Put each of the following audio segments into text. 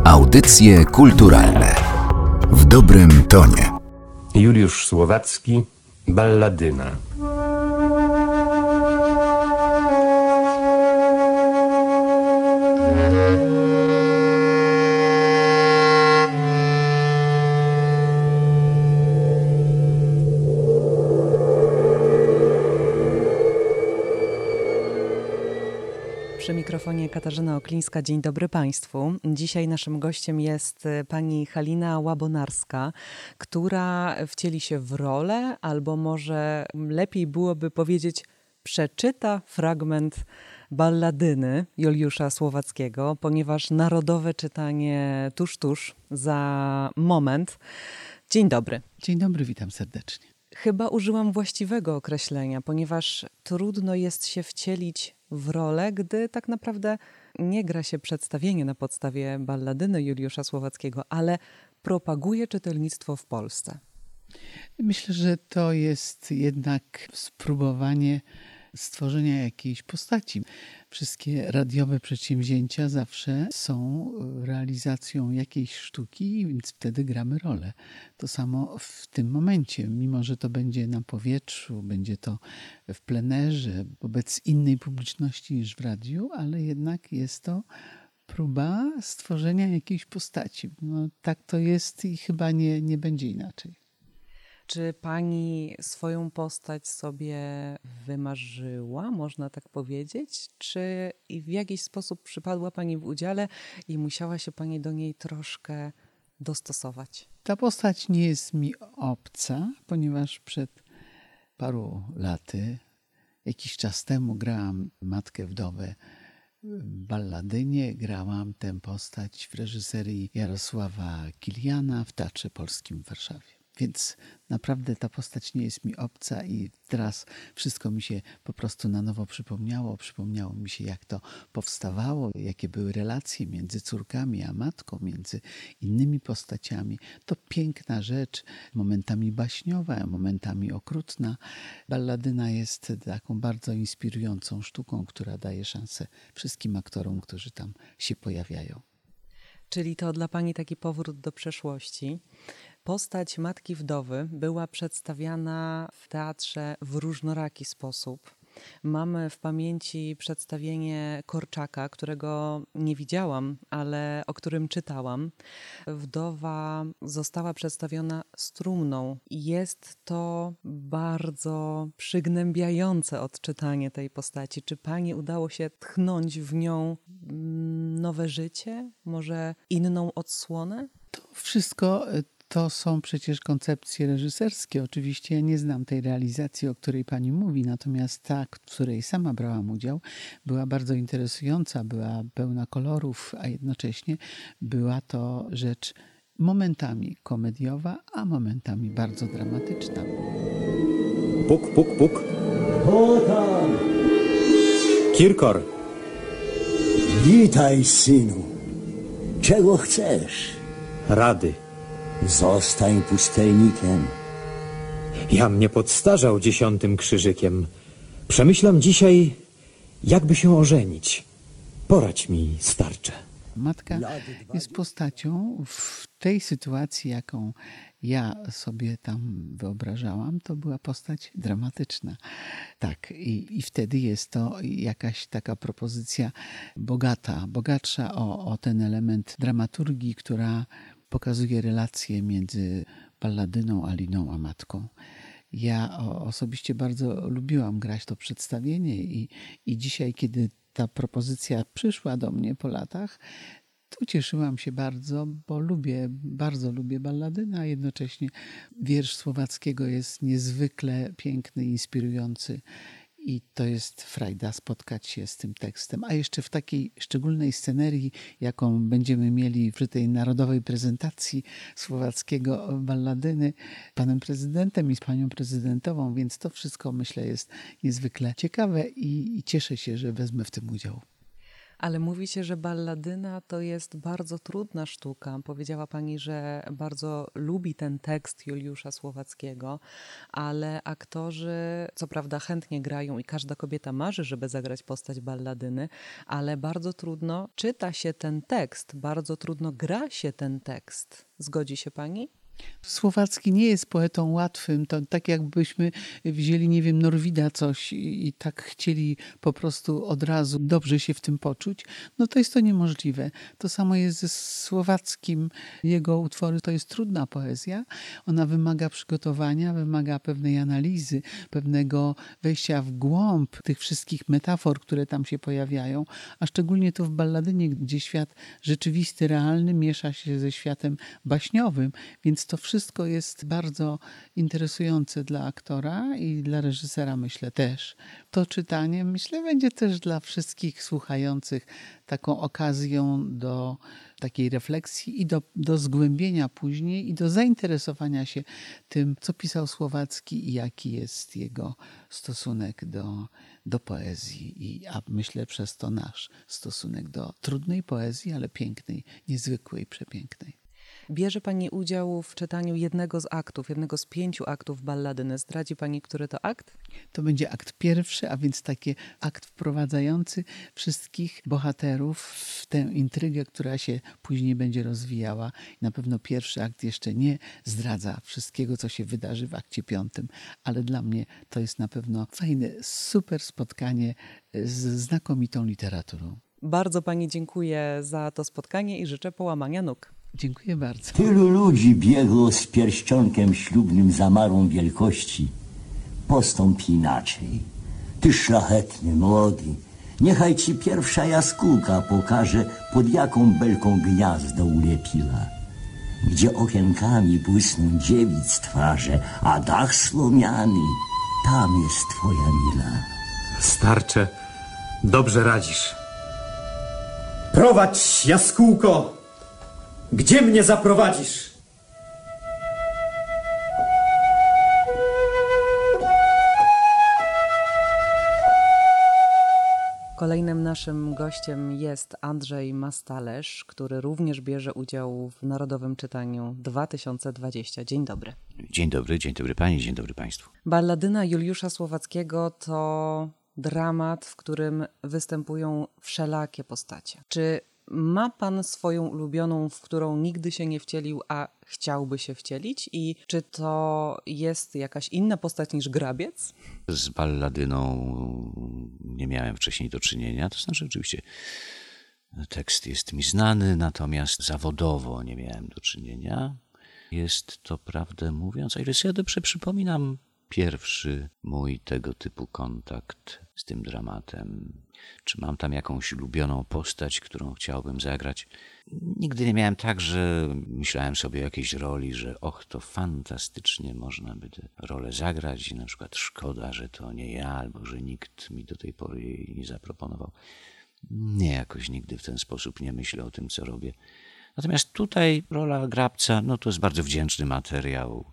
Audycje kulturalne w dobrym tonie. Juliusz Słowacki, Balladyna. Przy mikrofonie Katarzyna Oklińska. Dzień dobry Państwu. Dzisiaj naszym gościem jest pani Halina Łabonarska, która wcieli się w rolę, albo może lepiej byłoby powiedzieć, przeczyta fragment Balladyny Juliusza Słowackiego, ponieważ narodowe czytanie tuż za moment. Dzień dobry. Dzień dobry, witam serdecznie. Chyba użyłam właściwego określenia, ponieważ trudno jest się wcielić w rolę, gdy tak naprawdę nie gra się przedstawienie na podstawie Balladyny Juliusza Słowackiego, ale propaguje czytelnictwo w Polsce. Myślę, że to jest jednak spróbowanie stworzenia jakiejś postaci. Wszystkie radiowe przedsięwzięcia zawsze są realizacją jakiejś sztuki, więc wtedy gramy rolę. To samo w tym momencie, mimo że to będzie na powietrzu, będzie to w plenerze, wobec innej publiczności niż w radiu, ale jednak jest to próba stworzenia jakiejś postaci. No, tak to jest i chyba nie będzie inaczej. Czy pani swoją postać sobie wymarzyła, można tak powiedzieć? Czy i w jakiś sposób przypadła pani w udziale i musiała się pani do niej troszkę dostosować? Ta postać nie jest mi obca, ponieważ przed paru laty, jakiś czas temu grałam matkę wdowę w Balladynie, grałam tę postać w reżyserii Jarosława Kiliana w Teatrze Polskim w Warszawie. Więc naprawdę ta postać nie jest mi obca i teraz wszystko mi się po prostu na nowo przypomniało. Przypomniało mi się, jak to powstawało, jakie były relacje między córkami a matką, między innymi postaciami. To piękna rzecz, momentami baśniowa, momentami okrutna. Balladyna jest taką bardzo inspirującą sztuką, która daje szansę wszystkim aktorom, którzy tam się pojawiają. Czyli to dla pani taki powrót do przeszłości. Postać matki wdowy była przedstawiana w teatrze w różnoraki sposób. Mamy w pamięci przedstawienie Korczaka, którego nie widziałam, ale o którym czytałam. Wdowa została przedstawiona z trumną. Jest to bardzo przygnębiające odczytanie tej postaci. Czy pani udało się tchnąć w nią nowe życie? Może inną odsłonę? To wszystko to są przecież koncepcje reżyserskie. Oczywiście ja nie znam tej realizacji, o której pani mówi, natomiast ta, w której sama brałam udział, była bardzo interesująca, była pełna kolorów, a jednocześnie była to rzecz momentami komediowa, a momentami bardzo dramatyczna. Puk, puk, puk. Kto tam? Kirkor. Witaj, synu. Czego chcesz? Rady. Zostań pustelnikiem. Jam nie podstarzał 10. krzyżykiem. Przemyślam dzisiaj, jakby się ożenić. Poradź mi, starcze. Matka jest postacią w tej sytuacji, jaką ja sobie tam wyobrażałam, to była postać dramatyczna. Tak, i wtedy jest to jakaś taka propozycja bogatsza o ten element dramaturgii, która pokazuje relacje między Balladyną, Aliną a matką. Ja osobiście bardzo lubiłam grać to przedstawienie i dzisiaj, kiedy ta propozycja przyszła do mnie po latach, to ucieszyłam się bardzo, bo bardzo lubię Balladynę, a jednocześnie wiersz Słowackiego jest niezwykle piękny, inspirujący. I to jest frajda spotkać się z tym tekstem. A jeszcze w takiej szczególnej scenerii, jaką będziemy mieli przy tej narodowej prezentacji Słowackiego Balladyny, panem prezydentem i z panią prezydentową, więc to wszystko, myślę, jest niezwykle ciekawe i cieszę się, że wezmę w tym udział. Ale mówi się, że balladyna to jest bardzo trudna sztuka. Powiedziała pani, że bardzo lubi ten tekst Juliusza Słowackiego, ale aktorzy co prawda chętnie grają i każda kobieta marzy, żeby zagrać postać balladyny, ale bardzo trudno czyta się ten tekst, bardzo trudno gra się ten tekst. Zgodzi się pani? Słowacki nie jest poetą łatwym. To tak jakbyśmy wzięli, nie wiem, Norwida coś i tak chcieli po prostu od razu dobrze się w tym poczuć, no to jest to niemożliwe. To samo jest ze Słowackim. Jego utwory to jest trudna poezja. Ona wymaga przygotowania, wymaga pewnej analizy, pewnego wejścia w głąb tych wszystkich metafor, które tam się pojawiają, a szczególnie to w balladynie, gdzie świat rzeczywisty, realny miesza się ze światem baśniowym, więc to wszystko jest bardzo interesujące dla aktora i dla reżysera, myślę też. To czytanie, myślę, będzie też dla wszystkich słuchających taką okazją do takiej refleksji i do zgłębienia później i do zainteresowania się tym, co pisał Słowacki i jaki jest jego stosunek do poezji. A myślę przez to nasz stosunek do trudnej poezji, ale pięknej, niezwykłej, przepięknej. Bierze pani udział w czytaniu jednego z 5 aktów balladyny. Zdradzi pani, który to akt? To będzie akt pierwszy, a więc taki akt wprowadzający wszystkich bohaterów w tę intrygę, która się później będzie rozwijała. Na pewno pierwszy akt jeszcze nie zdradza wszystkiego, co się wydarzy w akcie 5, ale dla mnie to jest na pewno fajne, super spotkanie z znakomitą literaturą. Bardzo pani dziękuję za to spotkanie i życzę połamania nóg. Dziękuję bardzo. Tylu ludzi biegło z pierścionkiem ślubnym za marą wielkości. Postąp inaczej. Ty szlachetny, młody, niechaj ci pierwsza jaskółka pokaże, pod jaką belką gniazdo ulepiła. Gdzie okienkami błysną dziewic twarze, a dach słomiany, tam jest twoja mila. Starcze, dobrze radzisz. Prowadź, jaskółko! Gdzie mnie zaprowadzisz? Kolejnym naszym gościem jest Andrzej Mastalerz, który również bierze udział w Narodowym Czytaniu 2020. Dzień dobry. Dzień dobry pani, dzień dobry państwu. Balladyna Juliusza Słowackiego to dramat, w którym występują wszelakie postacie. Czy ma pan swoją ulubioną, w którą nigdy się nie wcielił, a chciałby się wcielić? I czy to jest jakaś inna postać niż grabiec? Z balladyną nie miałem wcześniej do czynienia, to znaczy oczywiście tekst jest mi znany, natomiast zawodowo nie miałem do czynienia. Jest to, prawdę mówiąc, a ile sobie dobrze przypominam, pierwszy mój tego typu kontakt z tym dramatem. Czy mam tam jakąś ulubioną postać, którą chciałbym zagrać? Nigdy nie miałem tak, że myślałem sobie o jakiejś roli, że to fantastycznie można by tę rolę zagrać i na przykład szkoda, że to nie ja, albo że nikt mi do tej pory jej nie zaproponował. Nie, jakoś nigdy w ten sposób nie myślę o tym, co robię. Natomiast tutaj rola Grabca, to jest bardzo wdzięczny materiał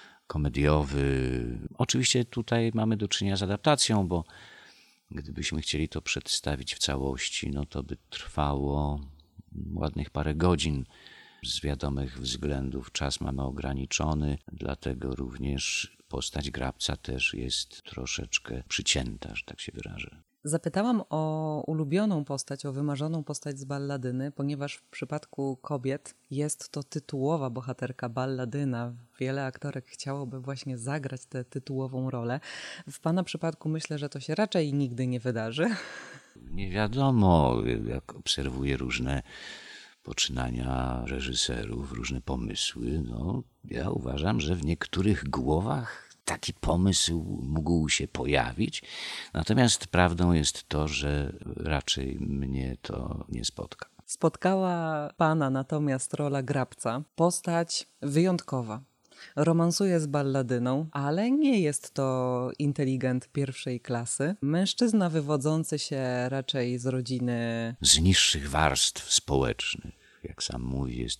komediowy. Oczywiście tutaj mamy do czynienia z adaptacją, bo gdybyśmy chcieli to przedstawić w całości, to by trwało ładnych parę godzin. Z wiadomych względów czas mamy ograniczony, dlatego również postać Grabca też jest troszeczkę przycięta, że tak się wyrażę. Zapytałam o ulubioną postać, o wymarzoną postać z balladyny, ponieważ w przypadku kobiet jest to tytułowa bohaterka balladyna. Wiele aktorek chciałoby właśnie zagrać tę tytułową rolę. W pana przypadku myślę, że to się raczej nigdy nie wydarzy. Nie wiadomo, jak obserwuję różne poczynania reżyserów, różne pomysły. Ja uważam, że w niektórych głowach taki pomysł mógł się pojawić, natomiast prawdą jest to, że raczej mnie to nie spotka. Spotkała pana natomiast rola Grabca, postać wyjątkowa. Romansuje z balladyną, ale nie jest to inteligent pierwszej klasy. Mężczyzna wywodzący się raczej z rodziny z niższych warstw społecznych, jak sam mówi, jest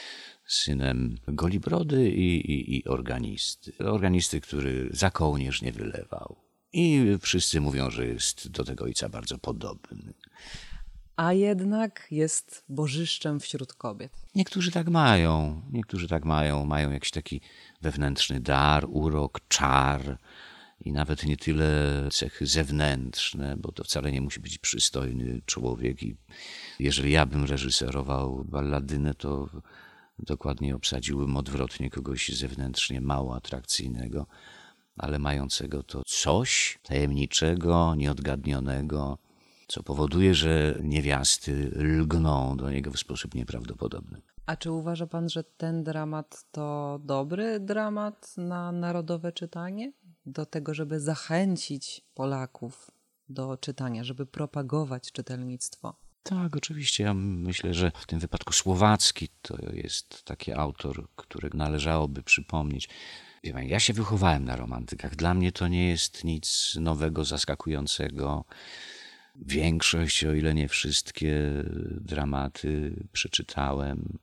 synem Golibrody i organisty. Organisty, który za kołnierz nie wylewał. I wszyscy mówią, że jest do tego ojca bardzo podobny. a jednak jest bożyszczem wśród kobiet. Niektórzy tak mają, mają jakiś taki wewnętrzny dar, urok, czar i nawet nie tyle cechy zewnętrzne, bo to wcale nie musi być przystojny człowiek i jeżeli ja bym reżyserował balladynę, to dokładnie obsadziłbym odwrotnie kogoś zewnętrznie mało atrakcyjnego, ale mającego to coś tajemniczego, nieodgadnionego, co powoduje, że niewiasty lgną do niego w sposób nieprawdopodobny. A czy uważa pan, że ten dramat to dobry dramat na narodowe czytanie? Do tego, żeby zachęcić Polaków do czytania, żeby propagować czytelnictwo? Tak, oczywiście. Ja myślę, że w tym wypadku Słowacki to jest taki autor, którego należałoby przypomnieć. Wie pan, ja się wychowałem na romantykach. Dla mnie to nie jest nic nowego, zaskakującego. Większość, o ile nie wszystkie dramaty przeczytałem,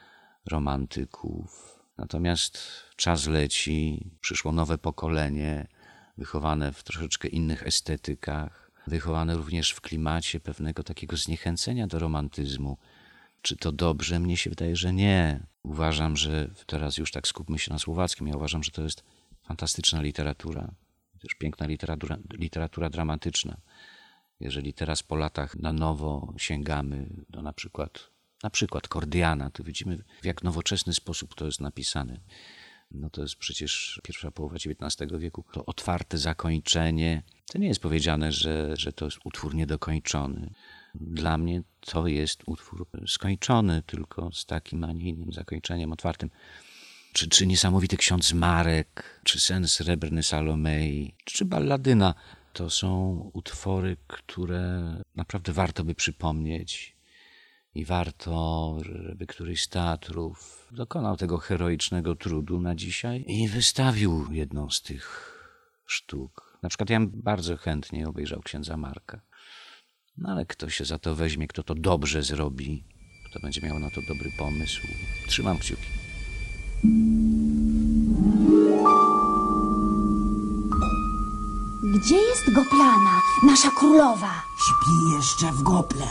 romantyków. Natomiast czas leci, przyszło nowe pokolenie, wychowane w troszeczkę innych estetykach, wychowane również w klimacie pewnego takiego zniechęcenia do romantyzmu. Czy to dobrze? Mnie się wydaje, że nie. Uważam, że teraz już tak skupmy się na Słowackim. Ja uważam, że to jest fantastyczna literatura, też piękna literatura dramatyczna. Jeżeli teraz po latach na nowo sięgamy do na przykład Kordiana, to widzimy, w jak nowoczesny sposób to jest napisane. No to jest przecież pierwsza połowa XIX wieku. To otwarte zakończenie. To nie jest powiedziane, że to jest utwór niedokończony. Dla mnie to jest utwór skończony, tylko z takim, a nie innym zakończeniem otwartym. Czy Niesamowity ksiądz Marek, czy Sen srebrny Salomei, czy Balladyna. To są utwory, które naprawdę warto by przypomnieć i warto, żeby któryś z teatrów dokonał tego heroicznego trudu na dzisiaj i wystawił jedną z tych sztuk. Na przykład ja bym bardzo chętnie obejrzał księdza Marka. No ale kto się za to weźmie, kto to dobrze zrobi, kto będzie miał na to dobry pomysł. Trzymam kciuki. Gdzie jest Goplana, nasza królowa? Śpi jeszcze w gople.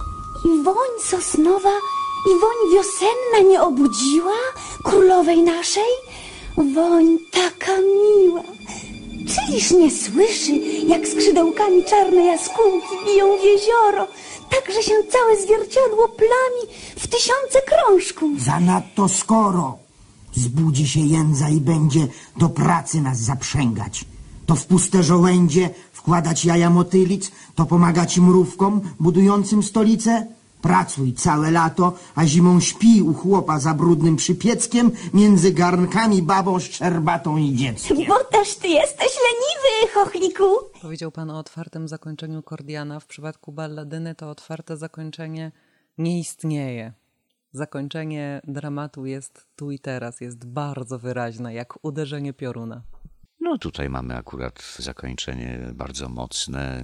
I woń sosnowa, i woń wiosenna nie obudziła królowej naszej? Woń taka miła. Czyliż nie słyszy, jak skrzydełkami czarne jaskółki biją w jezioro, tak, że się całe zwierciadło plami w tysiące krążków? Zanadto skoro zbudzi się jędza i będzie do pracy nas zaprzęgać. To w puste żołędzie wkładać jaja motylic, to pomagać mrówkom budującym stolicę. Pracuj całe lato, a zimą śpi u chłopa za brudnym przypieckiem między garnkami babą szczerbatą i dzieckiem. Bo też ty jesteś leniwy, chochliku. Powiedział pan o otwartym zakończeniu Kordiana. W przypadku Balladyny to otwarte zakończenie nie istnieje. Zakończenie dramatu jest tu i teraz, jest bardzo wyraźne, jak uderzenie pioruna. No tutaj mamy akurat zakończenie bardzo mocne.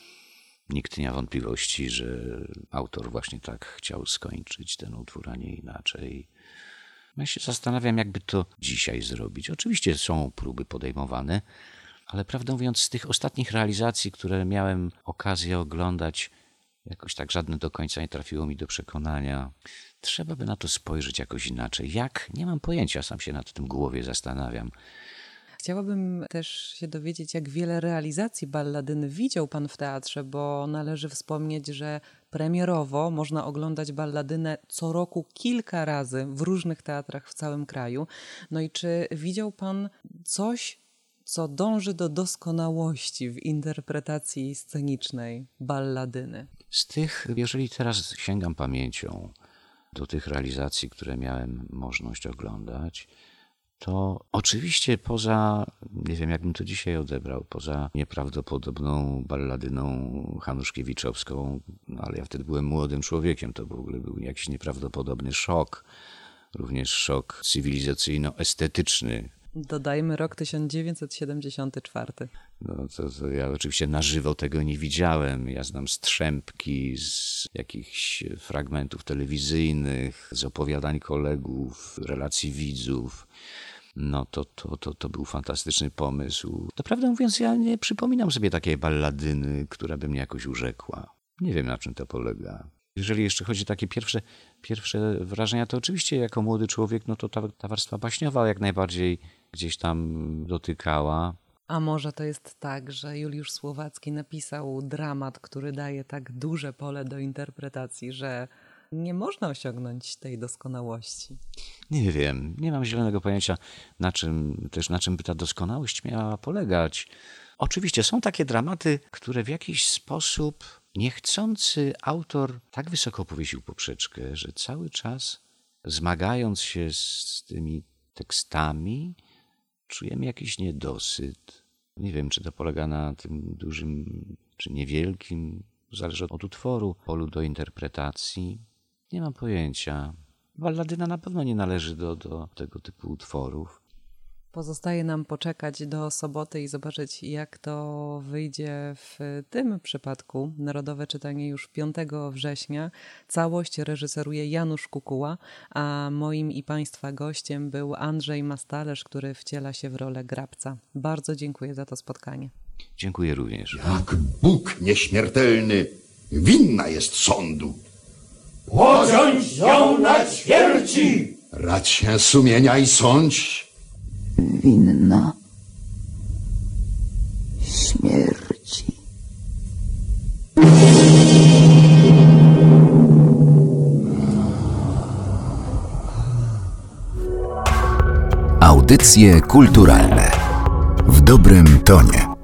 Nikt nie ma wątpliwości, że autor właśnie tak chciał skończyć ten utwór, a nie inaczej. Ja się zastanawiam, jakby to dzisiaj zrobić. Oczywiście są próby podejmowane, ale prawdę mówiąc, z tych ostatnich realizacji, które miałem okazję oglądać, jakoś tak żadne do końca nie trafiło mi do przekonania. Trzeba by na to spojrzeć jakoś inaczej. Jak? Nie mam pojęcia, sam się nad tym w głowie zastanawiam. Chciałabym też się dowiedzieć, jak wiele realizacji Balladyny widział pan w teatrze, bo należy wspomnieć, że premierowo można oglądać Balladynę co roku kilka razy w różnych teatrach w całym kraju. No i czy widział pan coś, co dąży do doskonałości w interpretacji scenicznej Balladyny? Z tych, jeżeli teraz sięgam pamięcią do tych realizacji, które miałem możliwość oglądać, to oczywiście poza, nie wiem jakbym to dzisiaj odebrał, poza nieprawdopodobną Balladyną hanuszkiewiczowską, no ale ja wtedy byłem młodym człowiekiem, to w ogóle był jakiś nieprawdopodobny szok, również szok cywilizacyjno-estetyczny. Dodajmy rok 1974. No to ja oczywiście na żywo tego nie widziałem. Ja znam strzępki z jakichś fragmentów telewizyjnych, z opowiadań kolegów, relacji widzów. No to był fantastyczny pomysł. Naprawdę mówiąc, ja nie przypominam sobie takiej Balladyny, która by mnie jakoś urzekła. Nie wiem, na czym to polega. Jeżeli jeszcze chodzi o takie pierwsze wrażenia, to oczywiście jako młody człowiek, no to ta warstwa baśniowa jak najbardziej gdzieś tam dotykała. A może to jest tak, że Juliusz Słowacki napisał dramat, który daje tak duże pole do interpretacji, że nie można osiągnąć tej doskonałości? Nie wiem, nie mam zielonego pojęcia, na czym by ta doskonałość miała polegać. Oczywiście są takie dramaty, które w jakiś sposób niechcący autor tak wysoko powiesił poprzeczkę, że cały czas zmagając się z tymi tekstami, czujemy jakiś niedosyt. Nie wiem, czy to polega na tym dużym, czy niewielkim, zależy od utworu, polu do interpretacji. Nie mam pojęcia. Balladyna na pewno nie należy do tego typu utworów. Pozostaje nam poczekać do soboty i zobaczyć, jak to wyjdzie w tym przypadku. Narodowe czytanie już 5 września. Całość reżyseruje Janusz Kukuła, a moim i Państwa gościem był Andrzej Mastalerz, który wciela się w rolę Grabca. Bardzo dziękuję za to spotkanie. Dziękuję również. Jak Bóg nieśmiertelny winna jest sądu. Pociąć ją na ćwierci! Radź się sumienia i sądź. Winna śmierci. Audycje kulturalne w dobrym tonie.